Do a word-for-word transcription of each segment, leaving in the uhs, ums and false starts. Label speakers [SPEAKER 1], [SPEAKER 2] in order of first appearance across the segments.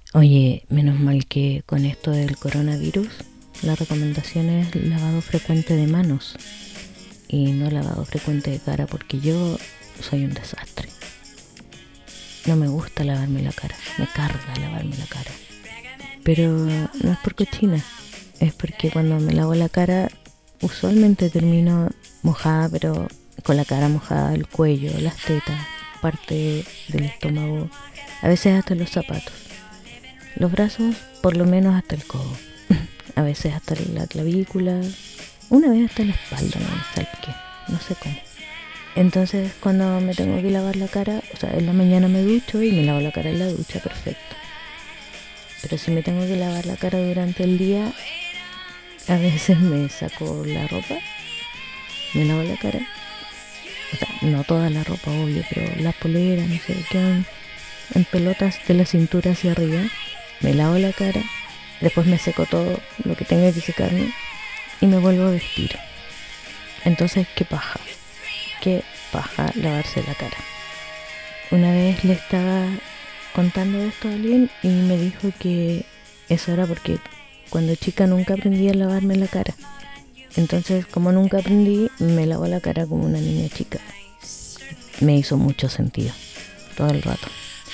[SPEAKER 1] Oye, menos mal que con esto del coronavirus, la recomendación es lavado frecuente de manos y no lavado frecuente de cara, porque yo soy un desastre. No me gusta lavarme la cara, me carga lavarme la cara. Pero no es por cochina, es porque cuando me lavo la cara usualmente termino mojada, pero con la cara mojada, el cuello, las tetas, parte del estómago, a veces hasta los zapatos. Los brazos por lo menos hasta el codo, a veces hasta la clavícula, una vez hasta la espalda, no me salpiqué, no sé cómo. Entonces cuando me tengo que lavar la cara, o sea, en la mañana me ducho y me lavo la cara en la ducha, perfecto. Pero si me tengo que lavar la cara durante el día, a veces me saco la ropa, me lavo la cara. O sea, no toda la ropa, obvio, pero las poleras, no sé, quedan en pelotas de la cintura hacia arriba. Me lavo la cara, después me seco todo lo que tenga que secarme y me vuelvo a vestir. Entonces, qué paja, qué paja lavarse la cara. Una vez le estaba contando esto a alguien y me dijo que eso era porque cuando chica nunca aprendí a lavarme la cara. Entonces, como nunca aprendí, me lavo la cara como una niña chica. Me hizo mucho sentido, todo el rato.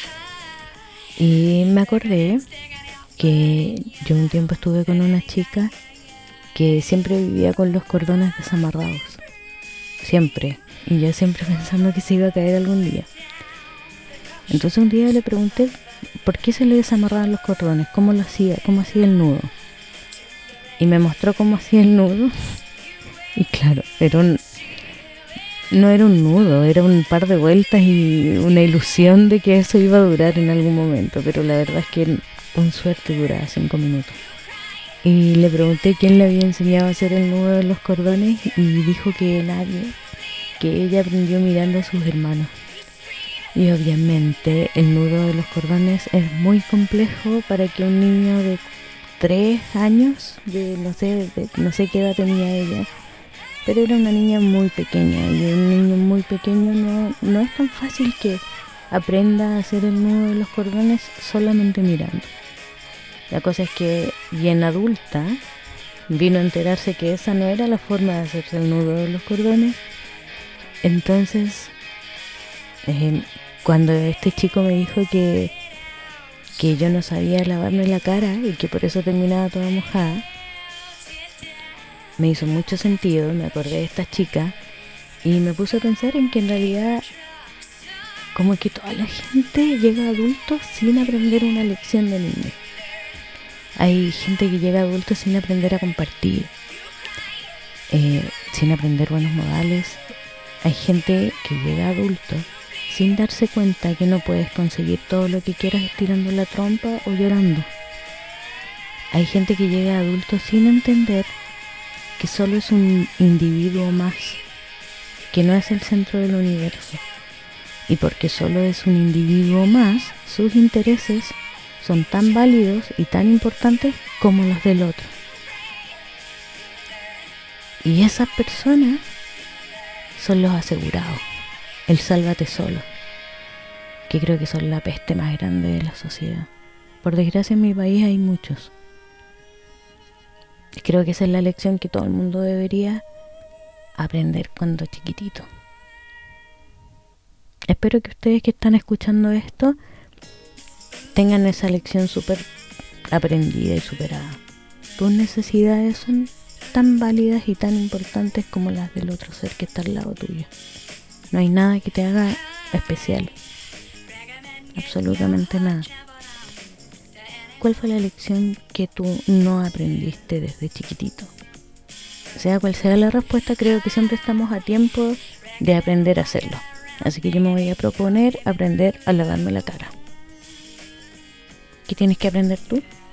[SPEAKER 1] Y me acordé que yo un tiempo estuve con una chica que siempre vivía con los cordones desamarrados. Siempre. Y yo siempre pensando que se iba a caer algún día. Entonces un día le pregunté por qué se le desamarraban los cordones, cómo lo hacía, cómo hacía el nudo. Y me mostró cómo hacía el nudo. Y claro, era un, no era un nudo, era un par de vueltas y una ilusión de que eso iba a durar en algún momento. Pero la verdad es que con suerte duraba cinco minutos. Y le pregunté quién le había enseñado a hacer el nudo de los cordones y dijo que nadie, que ella aprendió mirando a sus hermanos. Y obviamente el nudo de los cordones es muy complejo para que un niño de tres años, de no sé, de, no sé qué edad tenía ella, pero era una niña muy pequeña y un niño muy pequeño no, no es tan fácil que aprenda a hacer el nudo de los cordones solamente mirando. La cosa es que bien adulta vino a enterarse que esa no era la forma de hacerse el nudo de los cordones. Entonces eh, cuando este chico me dijo que, que yo no sabía lavarme la cara y que por eso terminaba toda mojada, me hizo mucho sentido, me acordé de esta chica y me puse a pensar en que en realidad como que toda la gente llega a adultos sin aprender una lección de niño. Hay gente que llega a adultos sin aprender a compartir, eh, sin aprender buenos modales. Hay gente que llega a adultos sin darse cuenta que no puedes conseguir todo lo que quieras estirando la trompa o llorando. Hay gente que llega a adultos sin entender que solo es un individuo más, que no es el centro del universo. Y porque solo es un individuo más, sus intereses son tan válidos y tan importantes como los del otro. Y esas personas son los asegurados, el sálvate solo, que creo que son la peste más grande de la sociedad. Por desgracia en mi país hay muchos. Y creo que esa es la lección que todo el mundo debería aprender cuando chiquitito. Espero que ustedes que están escuchando esto tengan esa lección súper aprendida y superada. Tus necesidades son tan válidas y tan importantes como las del otro ser que está al lado tuyo. No hay nada que te haga especial, absolutamente nada. ¿Cuál fue la lección que tú no aprendiste desde chiquitito? Sea cual sea la respuesta, creo que siempre estamos a tiempo de aprender a hacerlo. Así que yo me voy a proponer aprender a lavarme la cara. ¿Qué tienes que aprender tú?